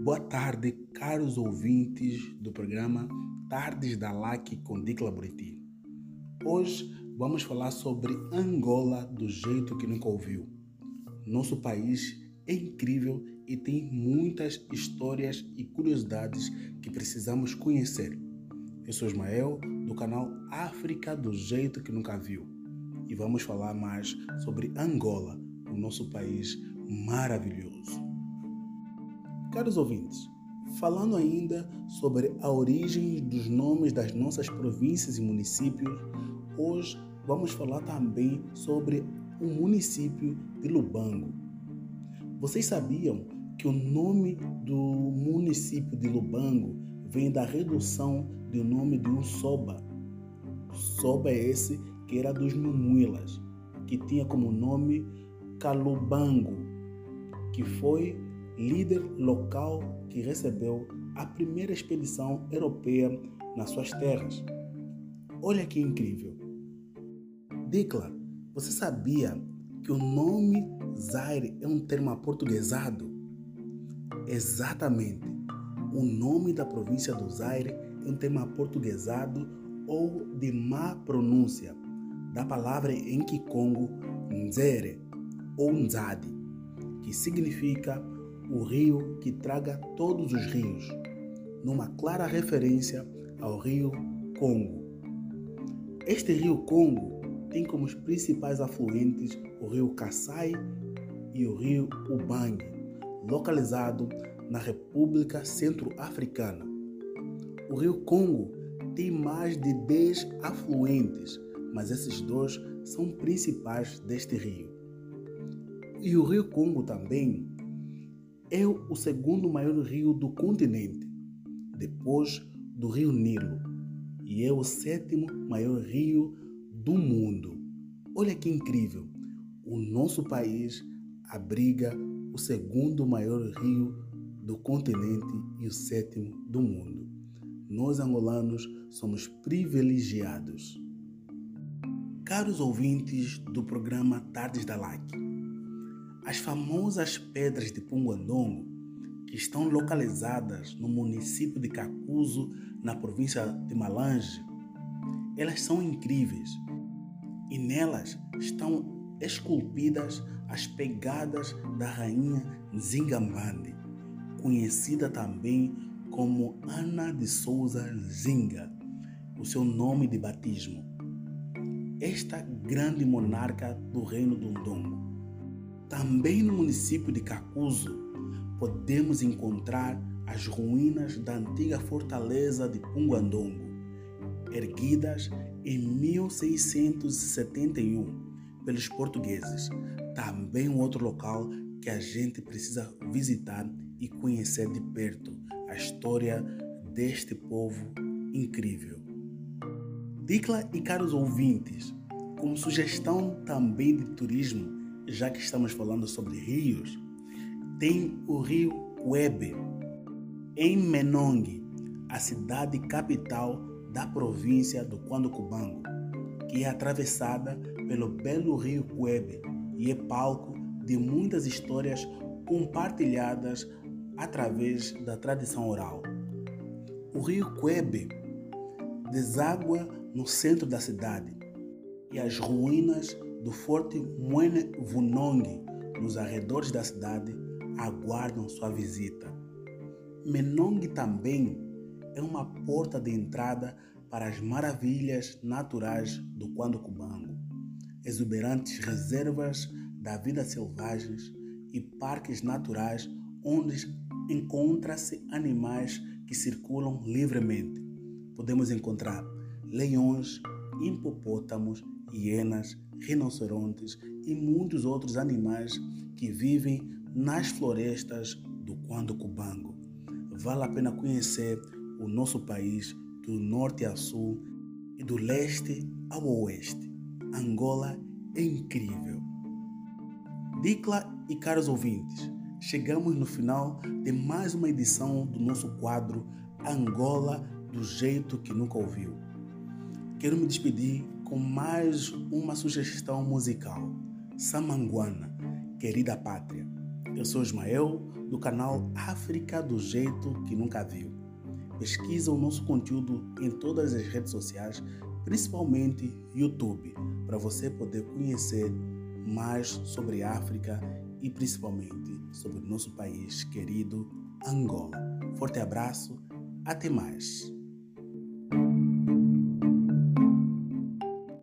Boa tarde, caros ouvintes do programa Tardes da LAC com Dicla Buriti. Hoje vamos falar sobre Angola do jeito que nunca ouviu. Nosso país é incrível e tem muitas histórias e curiosidades que precisamos conhecer. Eu sou Ismael, do canal África do jeito que nunca viu. E vamos falar mais sobre Angola, o nosso país maravilhoso. Caros ouvintes, falando ainda sobre a origem dos nomes das nossas províncias e municípios, hoje vamos falar também sobre o município de Lubango. Vocês sabiam que o nome do município de Lubango vem da redução do nome de um Soba? Soba é esse que era dos Numuilas, que tinha como nome Calubango, que foi líder local que recebeu a primeira expedição europeia nas suas terras. Olha que incrível! Dicla, você sabia que o nome Zaire é um termo aportuguesado? Exatamente! O nome da província do Zaire é um termo aportuguesado ou de má pronúncia da palavra em Kikongo Nzere ou Nzade, que significa o rio que traga todos os rios, numa clara referência ao rio Congo. Este rio Congo tem como os principais afluentes o rio Kassai e o rio Ubangi, localizado na República Centro-Africana. O rio Congo tem mais de 10 afluentes, mas esses dois são principais deste rio. E o rio Congo também é o segundo maior rio do continente, depois do rio Nilo, e é o sétimo maior rio do mundo. Olha que incrível! O nosso país abriga o segundo maior rio do continente e o sétimo do mundo. Nós angolanos somos privilegiados. Caros ouvintes do programa Tardes da LAC, as famosas pedras de Punguandongo, que estão localizadas no município de Cacuzo, na província de Malange, elas são incríveis e nelas estão esculpidas as pegadas da rainha Nzingambande, conhecida também como Ana de Souza Nzinga, o seu nome de batismo. Esta grande monarca do reino do Ndongo. Também no município de Cacuzo podemos encontrar as ruínas da antiga fortaleza de Punguandongo, erguidas em 1671 pelos portugueses. Também um outro local que a gente precisa visitar e conhecer de perto a história deste povo incrível. Dicla e caros ouvintes, como sugestão também de turismo, já que estamos falando sobre rios, tem o rio Cuebe, em Menongue, a cidade capital da província do Cuando-Cubango, que é atravessada pelo belo rio Cuebe e é palco de muitas histórias compartilhadas através da tradição oral. O rio Cuebe deságua no centro da cidade e as ruínas do Forte Mwene Vunongue, nos arredores da cidade, aguardam sua visita. Menongue também é uma porta de entrada para as maravilhas naturais do Cuando-Cubango, exuberantes reservas da vida selvagens e parques naturais onde encontram-se animais que circulam livremente. Podemos encontrar leões, hipopótamos, hienas, rinocerontes e muitos outros animais que vivem nas florestas do Cuando-Cubango. Vale a pena conhecer o nosso país do norte a sul e do leste ao oeste. Angola é incrível. Dicla e caros ouvintes, chegamos no final de mais uma edição do nosso quadro Angola do jeito que nunca ouviu. Quero me despedir com mais uma sugestão musical. Samanguana, Querida Pátria. Eu sou Ismael, do canal África do Jeito que Nunca Viu. Pesquisa o nosso conteúdo em todas as redes sociais, principalmente YouTube, para você poder conhecer mais sobre a África e principalmente sobre o nosso país querido, Angola. Forte abraço, até mais!